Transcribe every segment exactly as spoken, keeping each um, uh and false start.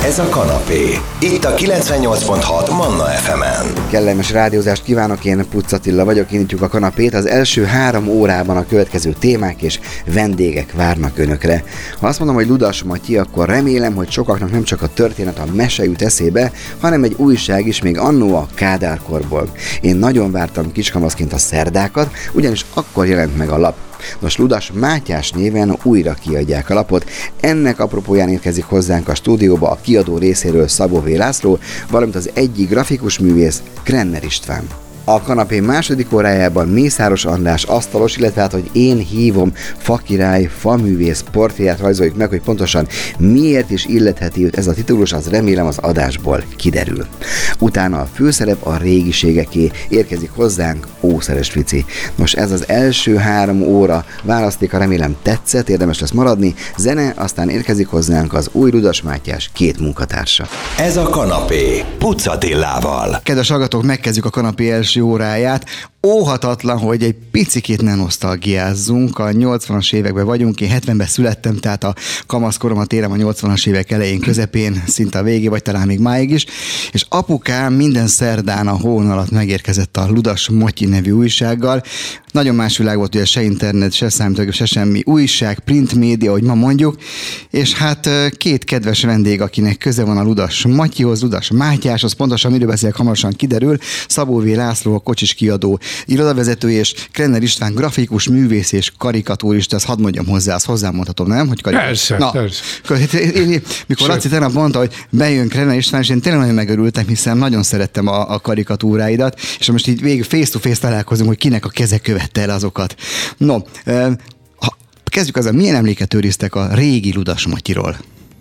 Ez a kanapé. Itt a kilencvennyolc pont hat Manna ef emen. Kellemes rádiózást kívánok, én Pucz Attila vagyok, indítjuk a kanapét. Az első három órában a következő témák és vendégek várnak önökre. Ha azt mondom, hogy Ludas Matyi, akkor remélem, hogy sokaknak nem csak a történet, a mese jut eszébe, hanem egy újság is, még annó a Kádárkorból. Én nagyon vártam kiskamaszként a szerdákat, ugyanis akkor jelent meg a lap. Nos, Ludas Mátyás néven újra kiadják a lapot. Ennek apropóján érkezik hozzánk a stúdióba a kiadó részéről Szabó V. László, valamint az egyik grafikus művész, Krenner István. A kanapé második órájában Mészáros András asztalos, illetve hát, hogy én hívom, fakirály, faművész portréját rajzoljuk meg, hogy pontosan miért is illetheti őt ez a titulus, az remélem az adásból kiderül. Utána a főszerep a régiségeké, érkezik hozzánk Ószeres Fici. Nos, ez az első három óra választéka, remélem tetszett, érdemes lesz maradni. Zene, aztán érkezik hozzánk az új Ludas Mátyás két munkatársa. Ez a kanapé Pucz Attilával. Kedves hallgatók, megkezdjük a kanapé első óráját. Óhatatlan, hogy egy picikét ne nosztalgiázzunk. A nyolcvanas években vagyunk, én hetvenben születtem, tehát a kamaszkoromat élem a nyolcvanas évek elején, közepén, szinte a végé, vagy talán még máig is. És apukám minden szerdán a hón alatt megérkezett a Ludas Matyi nevű újsággal. Nagyon más világ volt, ugye se internet, se számítógép, se semmi, újság, print média, hogy ma mondjuk. És hát két kedves vendég, akinek köze van a Ludas Matyihoz, Ludas Mátyáshoz, pontosan miről beszélek, hamarosan kiderül. Szabó V. László, a Kocsis kiadó irodavezető, és Krenner István, grafikus, művész és karikatúrista, ezt hadd mondjam hozzá, azt hozzám mondhatom, nem? Hogy karikatúr... Persze, Na, persze. Én, én, mikor Laci tegnap mondta, hogy bejön Krenner István, és én tényleg nagyon megörültem, hiszen nagyon szerettem a, a karikatúráidat, és most így végig face-to-face találkozunk, hogy kinek a keze követte el azokat. No, ha, kezdjük azzal, milyen emléket őriztek a régi Ludas Matyiról?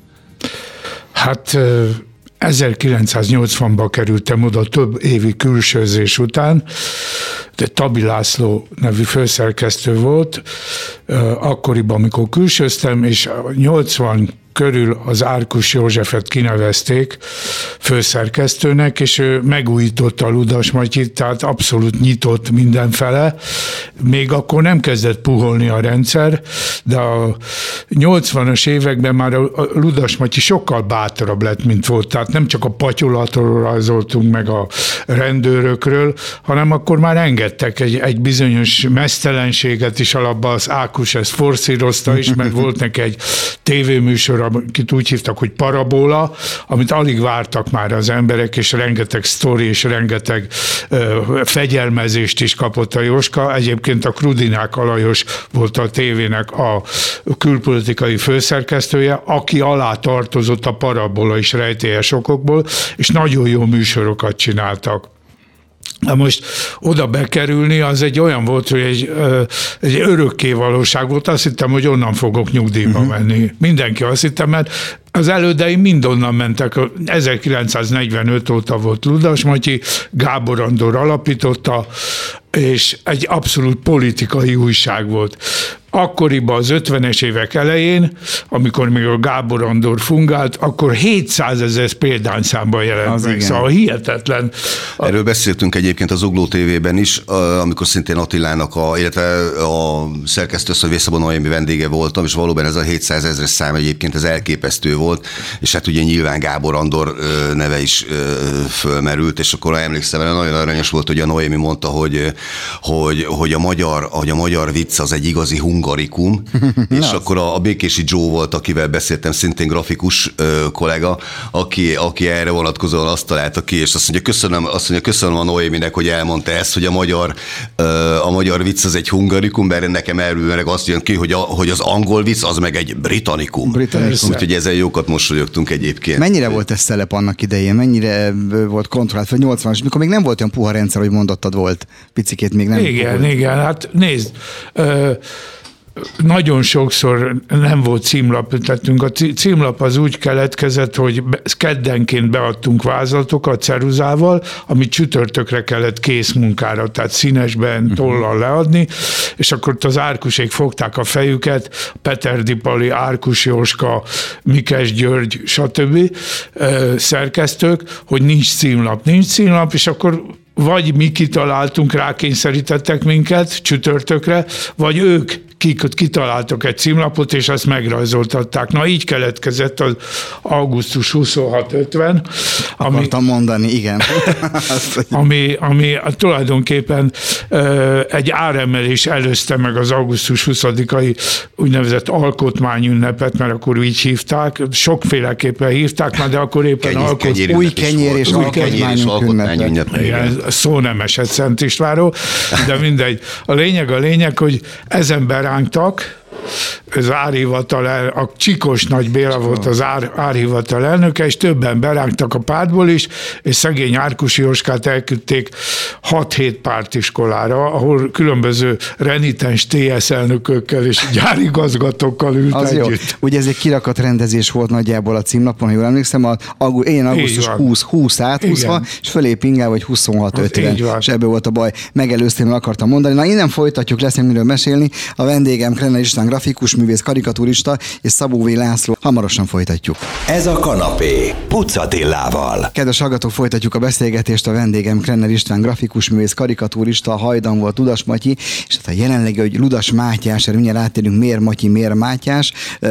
Hát... ezerkilencszáznyolcvanban kerültem oda több évi külsőzés után, de Tabi László nevű főszerkesztő volt, akkoriban, amikor külsőztem, és nyolcvan körül az Árkus Józsefet kinevezték főszerkesztőnek, és ő megújította a Ludas Matyit, tehát abszolút nyitott mindenfele. Még akkor nem kezdett puholni a rendszer, de a nyolcvanas években már a Ludas Matyi sokkal bátrabb lett, mint volt. Tehát nem csak a patyolatról rajzoltunk meg a rendőrökről, hanem akkor már engedtek egy, egy bizonyos meztelenséget is alapban. Az Ákus ezt forszírozta is, mert volt neki egy tévéműsor, akit úgy hívtak, hogy Parabóla, amit alig vártak már az emberek, és rengeteg sztori, és rengeteg ö, fegyelmezést is kapott a Jóska. Egyébként a Krudinák Alajos volt a tévének a külpolitikai főszerkesztője, aki alá tartozott a Parabóla is rejtélyes okokból, és nagyon jó műsorokat csináltak. Na most oda bekerülni, az egy olyan volt, hogy egy, egy örökké valóság volt. Azt hittem, hogy onnan fogok nyugdíjba uh-huh. menni. Mindenki azt hittem, mert az elődeim mind onnan mentek. ezerkilencszáznegyvenöt óta volt Ludas Matyi, Gábor Andor alapította, és egy abszolút politikai újság volt. Akkoriban az ötvenes évek elején, amikor még a Gábor Andor fungált, akkor hétszázezer példányszámban jelent az meg. Igen. Szóval hihetetlen. Erről beszéltünk egyébként az Zugló tévében is, amikor szintén Attilának, a, illetve a szerkesztőasszony Vészabon Noémi vendége voltam, és valóban ez a hétszázezres szám egyébként ez elképesztő volt, és hát ugye nyilván Gábor Andor neve is fölmerült, és akkor emlékszem, nagyon aranyos volt, hogy a Noémi mondta, hogy, hogy, hogy, a, magyar, hogy a magyar vicc az egy igazi hungarikum, és akkor a, a Békési Joe volt, akivel beszéltem, szintén grafikus ö, kollega, aki, aki erre vonatkozóan azt találta ki, és azt mondja, köszönöm, azt mondja, köszönöm a Noéminek, hogy elmondta ezt, hogy a magyar, ö, a magyar vicc az egy hungarikum, mert nekem erről meg azt jön ki, hogy, a, hogy az angol vicc az meg egy britannikum. britannikum. Úgyhogy ezen jókat mosolyogtunk egyébként. Mennyire volt ez szelep annak idején? Mennyire volt kontrollált? Vagy nyolcvanas, mikor még nem volt olyan puha rendszer, hogy mondottad volt, picikét még nem. Igen, volt. igen, hát nézd, ö, nagyon sokszor nem volt címlaptettünk. A címlap az úgy keletkezett, hogy keddenként beadtunk vázlatokat ceruzával, amit csütörtökre kellett készmunkára, tehát színesben, tollal leadni, és akkor az Árkusék fogták a fejüket, Peter Dipali, Árkus Jóska, Mikes György, stb. Szerkesztők, hogy nincs címlap, nincs címlap, és akkor vagy mi kitaláltunk, rákényszerítettek minket csütörtökre, vagy ők kitaláltak egy címlapot, és azt megrajzoltatták. Na így keletkezett az augusztus huszonhat ötven. Ami, Akartam mondani, igen. ami, ami tulajdonképpen egy áremelés előzte meg az augusztus huszadikai úgynevezett alkotmányünnepet, mert akkor így hívták, sokféleképpen hívták már, de akkor éppen Kenyér, alkot... kenyér új kenyér és alkotmányünnep. Szó nem esett Szent Istvánról, de mindegy. A lényeg a lényeg, hogy ezen berántak, az árhivatal, el, a Csikos Nagy Béla volt az ár, árhivatal elnöke, és többen berágtak a pártból is, és szegény Árkusi Jóskát elküldték hat-hét pártiskolára, ahol különböző renitens té es elnökökkel és gyárigazgatókkal ült az együtt. Jó. Ugye ez egy kirakat rendezés volt nagyjából a címlapon, ha jól emlékszem, a, a, én augusztus húsz, húsz áthúzva, igen. És fölé pingál, vagy huszonhat ötven, és ebből volt a baj. Megelőztem, akartam mondani. Na innen folytatjuk, lesz miről mesélni. A vendégem Krenner István grafikus művész, karikaturista, és Szabó V. László. Hamarosan folytatjuk. Ez a kanapé Puc Attilával. Kedves hallgatók, folytatjuk a beszélgetést. A vendégem Krenner István grafikus művész, karikaturista, a hajdan volt Ludas Matyi, és hát a jelenlegi, hogy Ludas Mátyás, erre mindjárt áttérünk, miért Matyi, miért Mátyás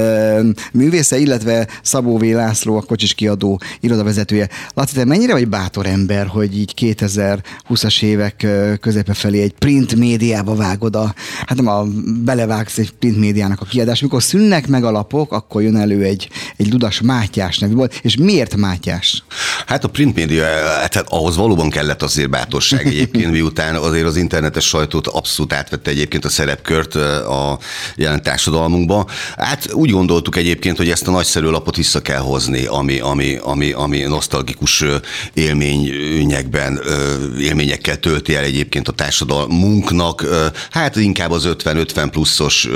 művésze, illetve Szabó V. László, a Kocsis Kiadó irodavezetője. Laci, te mennyire vagy bátor ember, hogy így kétezer-húszas évek közepe felé egy print médiába vágod a, hát nem a belevágsz egy print médiának a kiadás. Mikor szűnnek meg a lapok, akkor jön elő egy, egy Ludas Mátyás nevű volt. És miért Mátyás? Hát a print média, hát, hát ahhoz valóban kellett azért bátorság egyébként, miután azért az internetes sajtót abszolút átvette egyébként a szerepkört a jelen társadalmunkba. Hát úgy gondoltuk egyébként, hogy ezt a nagyszerű lapot vissza kell hozni, ami, ami, ami, ami nosztalgikus élményekben, élményekkel tölti el egyébként a társadalmunknak, hát inkább az ötven-ötven pluszos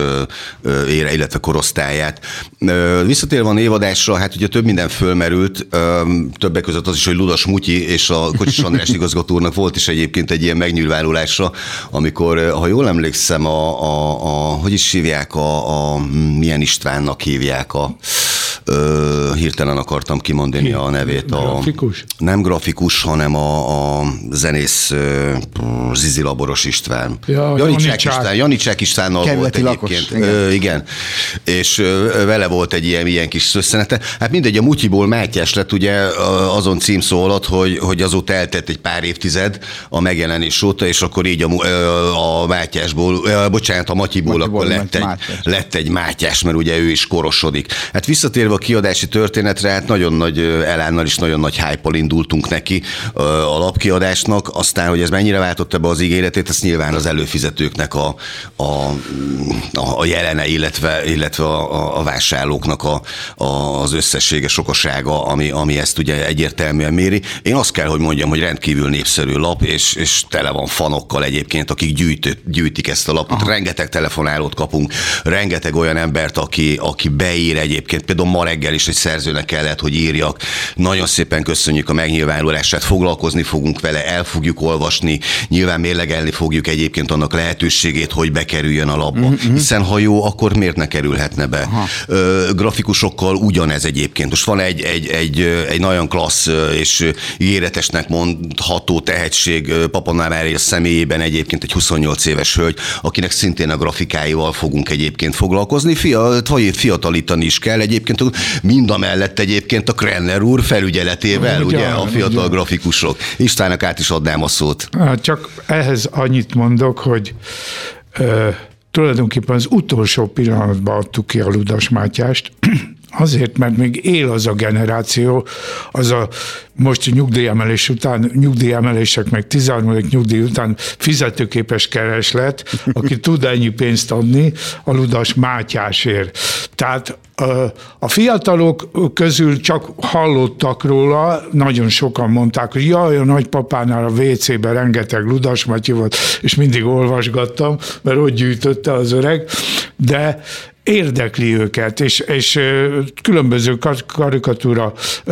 ére, illetve korosztályát. Visszatérve a névadásra, hát ugye több minden fölmerült, többek között az is, hogy Ludas Mutyi és a Kocsis András igazgató úrnak volt is egyébként egy ilyen megnyilvánulása, amikor, ha jól emlékszem, a, a, a hogy is hívják, a, a milyen Istvánnak hívják a Ö, hirtelen akartam kimondani a nevét. A, grafikus? Nem grafikus, hanem a, a zenész uh, Zizi Laboros István. Ja, Janicsák István, Janicsák Istvánnal volt egyébként. Lakos, igen. Ö, igen. És ö, vele volt egy ilyen, ilyen kis szösszenete. Hát mindegy, a Mutyiból Mátyás lett ugye azon címszó alatt, hogy, hogy azóta eltett egy pár évtized a megjelenés óta, és akkor így a, a Mátyásból, bocsánat, a Matyiból, Matyiból akkor lett egy, lett egy Mátyás, mert ugye ő is korosodik. Hát visszatérve a kiadási történetre, hát nagyon nagy elánnal is nagyon nagy hype-al indultunk neki a lapkiadásnak, aztán, hogy ez mennyire váltotta be az ígéretét, ezt nyilván az előfizetőknek a, a, a jelene, illetve, illetve a, a vásárlóknak a, a, az összessége, sokasága, ami, ami ezt ugye egyértelműen méri. Én azt kell, hogy mondjam, hogy rendkívül népszerű lap, és, és tele van fanokkal egyébként, akik gyűjtő, gyűjtik ezt a lapot. Aha. Rengeteg telefonálót kapunk, rengeteg olyan embert, aki, aki beír egyébként, például ma reggel is egy szerzőnek kellett, hogy írjak. Nagyon szépen köszönjük a megnyilvánulását, foglalkozni fogunk vele, el fogjuk olvasni, nyilván mérlegelni fogjuk egyébként annak lehetőségét, hogy bekerüljön a lapba. Mm-hmm. Hiszen ha jó, akkor miért ne kerülhetne be? Ö, grafikusokkal ugyanez egyébként. Most van egy, egy, egy, egy nagyon klassz és ígéretesnek mondható tehetség Papannál Mária személyében egyébként egy huszonnyolc éves hölgy, akinek szintén a grafikáival fogunk egyébként foglalkozni. Fiatalítani is kell egyébként, mind a mellett egyébként a Krenner úr felügyeletével, ugye, ugye a fiatal ugye. Grafikusok. Istvánnak át is adnám a szót. Csak ehhez annyit mondok, hogy ö, tulajdonképpen az utolsó pillanatban adtuk ki a Ludas Mátyást, azért, mert még él az a generáció, az a most nyugdíjemelés után, nyugdíjemelések meg tizenharmadik nyugdíj után fizetőképes kereslet, aki tud ennyi pénzt adni a Ludas Mátyásért. Tehát a fiatalok közül csak hallottak róla, nagyon sokan mondták, hogy jaj, a nagypapánál a vé cében rengeteg Ludas Matyi volt, és mindig olvasgattam, mert ott gyűjtötte az öreg, de érdekli őket, és, és különböző karikatúra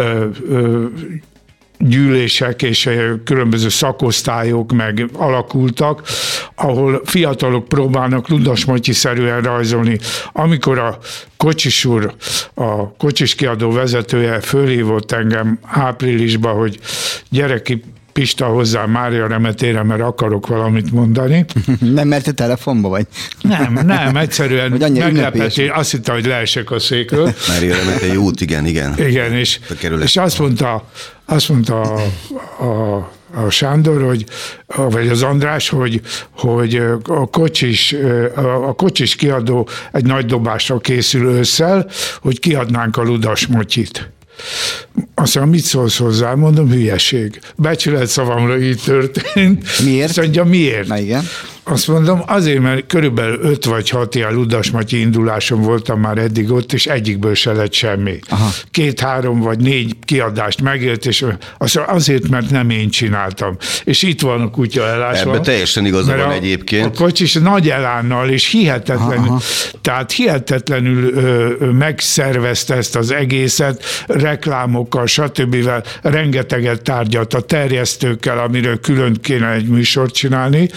gyűlések és különböző szakosztályok meg alakultak, ahol fiatalok próbálnak Ludas Matyi-szerűen rajzolni. Amikor a Kocsis úr, a Kocsis Kiadó vezetője fölhívott engem áprilisban, hogy gyerek, Pista hozzá Mária remetére, mert akarok valamit mondani. Nem, mert te telefonba vagy? Nem, nem, egyszerűen meglepett, azt hittem, hogy leesek a székről. Mária remete jó út, igen, igen. Igen, és, és azt mondta, azt mondta a, a a Sándor, hogy, vagy az András, hogy, hogy a, kocsis, a kocsis kiadó egy nagy dobásra készül ősszel, hogy kiadnánk a Ludas Motyit. Azt mondja, mit szólsz hozzá? Mondom, hülyeség. Becsület szavamra így történt. Miért? Azt mondja, miért? Na igen. Azt mondom, azért, mert körülbelül öt vagy hat ilyen Ludas Matyi induláson voltam már eddig ott, és egyikből se lett semmi. Aha. Két-három vagy négy kiadást megélt, és azért, mert nem én csináltam. És itt van a kutya elásva. Ebben teljesen igaza van egyébként. A kocsis nagy elánnal, és hihetetlenül, aha, aha. tehát hihetetlenül ö, ö, megszervezte ezt az egészet, reklámokkal, stb. Rengeteget tárgyalt a terjesztőkkel, amiről külön kéne egy műsort csinálni.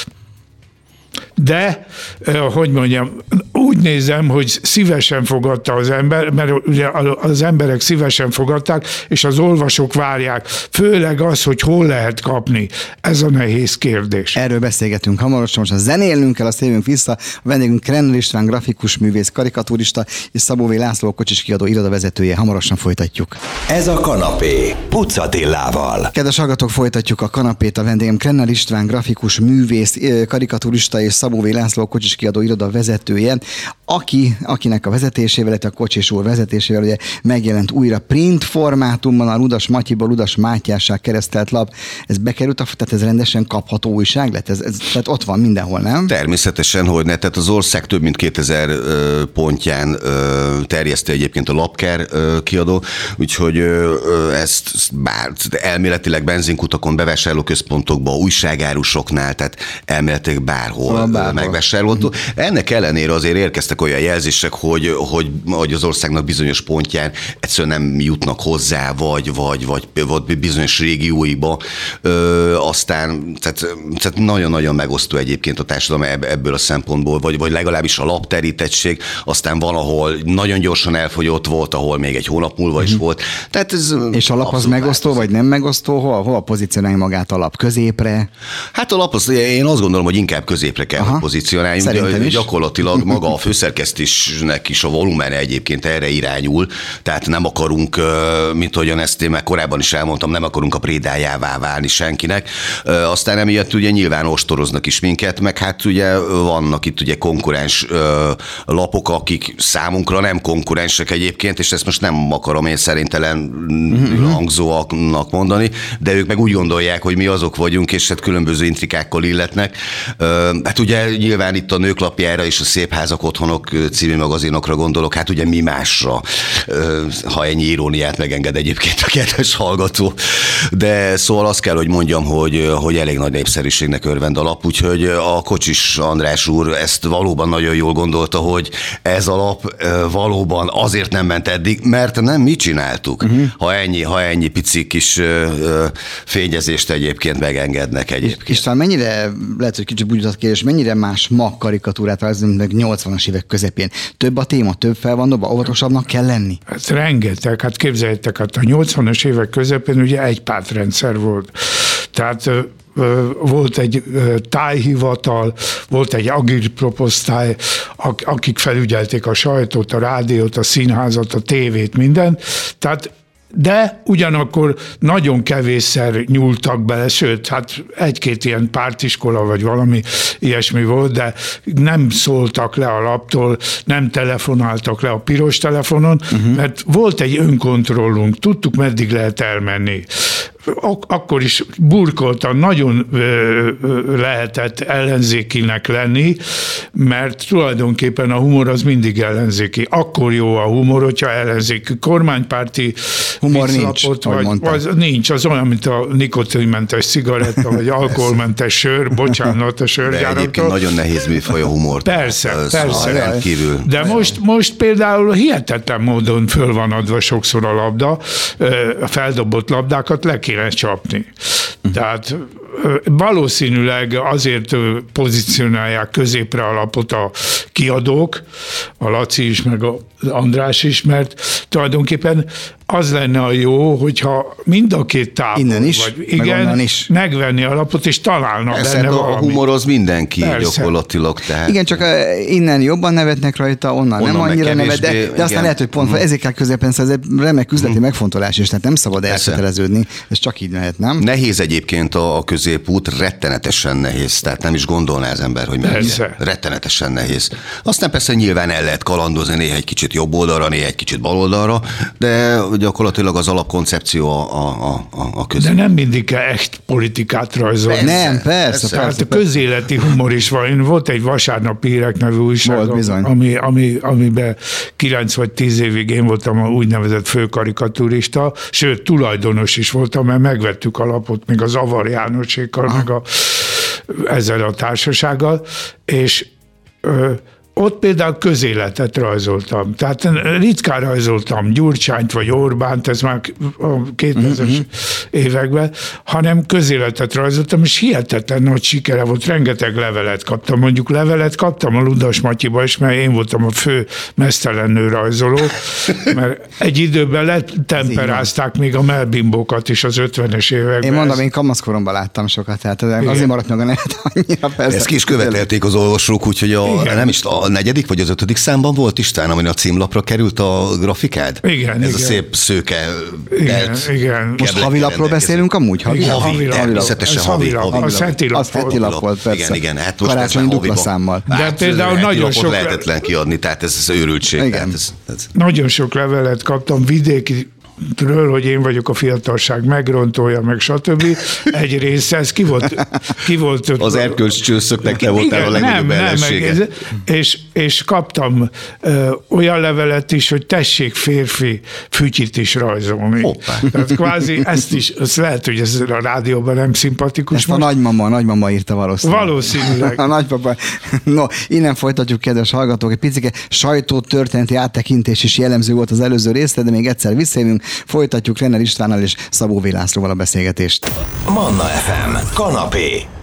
De, hogy mondjam, úgy nézem, hogy szívesen fogadta az ember, mert ugye az emberek szívesen fogadták, és az olvasók várják. Főleg az, hogy hol lehet kapni. Ez a nehéz kérdés. Erről beszélgetünk hamarosan, most ha zenélnünk kell, azt jövünk vissza. A vendégünk Krenner István, grafikus művész, karikatúrista, és Szabó V. László, kocsis kiadó irodavezetője. Hamarosan folytatjuk. Ez a kanapé, Puc Attilával. Kedves hallgatók, folytatjuk a kanapét. A vendégem Krenner István, grafikus művész, karikatúrista, és Szabó V. László, kocsis kiadó iroda vezetője, aki, akinek a vezetésével, illetve a Kocsis úr vezetésével ugye megjelent újra print formátumban a Ludas Matyiból Ludas Mátyássá keresztelt lap. Ez bekerült, a, tehát ez rendesen kapható újság lett? Ez, ez, tehát ott van mindenhol, nem? Természetesen, hogy ne. Tehát az ország több mint kétezer pontján terjeszti egyébként a Lapker kiadó, úgyhogy ezt bár elméletileg benzinkutakon, bevásárlóközpontokban, újságárusoknál, tehát elméletileg bárhol, bárhol. megvásárolható. Ennek ellenére azért érkeztek olyan jelzések, hogy, hogy, hogy az országnak bizonyos pontján egyszerűen nem jutnak hozzá, vagy, vagy, vagy, vagy bizonyos régióiba. Ö, aztán tehát, tehát nagyon-nagyon megosztó egyébként a társadalom ebből a szempontból, vagy, vagy legalábbis a lapterítettség, aztán valahol nagyon gyorsan elfogyott volt, ahol még egy hónap múlva is volt. Tehát ez és a lap az megosztó, változik. Vagy nem megosztó? Hol, hol pozícionálja magát a lap? Középre? Hát a lap, az, én azt gondolom, hogy inkább középre kell Aha. pozícionáljunk. Gyakorlatilag maga a főszerkesztésnek is a volumene egyébként erre irányul, tehát nem akarunk, mint ahogyan ezt én már korábban is elmondtam, nem akarunk a prédájává válni senkinek. Aztán emiatt ugye nyilván ostoroznak is minket, meg hát ugye vannak itt ugye konkurens lapok, akik számunkra nem konkurensek egyébként, és ezt most nem akarom én szerintelen mm-hmm. hangzóaknak mondani, de ők meg úgy gondolják, hogy mi azok vagyunk, és hát különböző intrikákkal illetnek. Hát ugye nyilván itt a Nőklapjára és a Szép Házak Otthonok című magazinokra gondolok, hát ugye mi másra, ha ennyi iróniát megenged egyébként a kedves hallgató. De szóval azt kell, hogy mondjam, hogy, hogy elég nagy népszerűségnek örvend a lap, úgyhogy a Kocsis András úr ezt valóban nagyon jól gondolta, hogy ez a lap valóban azért nem ment eddig, mert nem mi csináltuk. Uh-huh. Ha ennyi, ha ennyi pici kis fényezést egyébként megengednek egyébként. István, mennyire, lehet, hogy kicsit bújtott kérdés, mennyire más ma karikatúrát rajzolni, meg nyolcvanas évek közepén? Több a téma, több fel van dobva, óvatosabbnak kell lenni? Hát rengeteg, hát képzeljétek, hát a nyolcvanas évek közepén ugye egy pártrendszer volt. Tehát volt egy tájhivatal, volt egy agitproposztály, akik felügyelték a sajtót, a rádiót, a színházat, a tévét, minden. Tehát de ugyanakkor nagyon kevésszer nyúltak bele, sőt, hát egy-két ilyen pártiskola vagy valami ilyesmi volt, de nem szóltak le a laptól, nem telefonáltak le a piros telefonon, uh-huh. mert volt egy önkontrollunk, tudtuk, meddig lehet elmenni. Ak- akkor is burkoltan nagyon ö, ö, lehetett ellenzékinek lenni, mert tulajdonképpen a humor az mindig ellenzéki. Akkor jó a humor, hogyha ellenzéki kormánypárti humor nincs, vagy, az nincs, az olyan, mint a nikotinmentes cigaretta, vagy alkoholmentes sör, bocsánat a sörgyáraktól. De egyébként nagyon nehéz műfaj a humor. Persze, ez persze. Rendkívül. De most, most például hihetetlen módon föl van adva sokszor a labda, a feldobott labdákat le kéne kéne csapni. Tehát valószínűleg azért pozícionálják középre a lapot a kiadók, a Laci is, meg a András is, mert tulajdonképpen az lenne a jó, hogyha mind a két tábor, innen is, vagy igen, meg is. megvenni a lapot, és találna Persze, benne a valamit. humoroz mindenki Persze. gyakorlatilag. Tehát... Igen, csak innen jobban nevetnek rajta, onnan, onnan nem annyira nevet, de, de aztán lehet, hogy pont, mm. ezért kell középen, ez egy remek üzleti mm. megfontolás, és tehát nem szabad elköteleződni, ez csak így lehet, nem? Nehéz egyébként a, a középút, rettenetesen nehéz, tehát nem is gondolná az ember, hogy mennyire. Rettenetesen nehéz. Aztán persze nyilván el lehet kalandozni néha egy kicsit jobb oldalra, néha egy kicsit bal oldalra, de gyakorlatilag az alapkoncepció a, a, a, a közép. De nem mindig kell echt politikát rajzolni. Persze, nem, persze. persze Tehát persze, a közéleti humor is van. Volt egy Vasárnapi Hírek nevű újság, ami, ami, amiben kilenc vagy tíz évig én voltam a úgynevezett főkarikatúrista, sőt, tulajdonos is voltam, mert megvettük a lapot még az Avar Jánosékkal, meg a, ezzel a társasággal, és ö, ott például közéletet rajzoltam. Tehát ritkán rajzoltam Gyurcsányt vagy Orbánt, ez már a kétezres uh-huh. években, hanem közéletet rajzoltam, és hihetetlen nagy sikere volt, rengeteg levelet kaptam. Mondjuk levelet kaptam a Ludas Matyiba is, mert én voltam a fő meztelennő rajzoló, mert egy időben letemperázták még a melbimbókat is az ötvenes években. Én mondom, én kamaszkoromban láttam sokat, tehát igen. Azért maradt meg a nevet annyira persze. Ezt ki is követelték az olvasók, úgyhogy a, nem is a negyedik vagy az ötödik számban volt István, amin a címlapra került a grafikád? Igen, Ez igen. a szép szőke. Igen, igen. Most havilapról beszélünk amúgy? Havi, havi, természetesen havi. Az heti lap Az heti lap volt, persze. Igen, igen. Hát most karácsonyi dupla számmal. De hát, például nagyon sok... lehetetlen kiadni, tehát ez az őrültség. Igen. Ez, ez... Nagyon sok levelet kaptam vidéki ről, hogy én vagyok a fiatalság megrontója, meg stb. Egy része, ez ki volt... Ki volt az erkölcs csőszöknek te voltál a legnagyobb ellensége. És, és kaptam ö, olyan levelet is, hogy tessék férfi fütyit is rajzolni. Hoppá. Tehát kvázi ezt is, ez lehet, hogy ez a rádióban nem szimpatikus. Ezt most. a nagymama, a nagymama írta valószínűleg. Valószínűleg. A nagypapa. No, innen folytatjuk, kedves hallgatók, egy picike sajtótörténeti áttekintés is jellemző volt az előző részre, de még egyszer visszajövünk. Folytatjuk Renner Istvánnal és Szabó V. Lászlóval a beszélgetést. Manna ef em. Kanapé.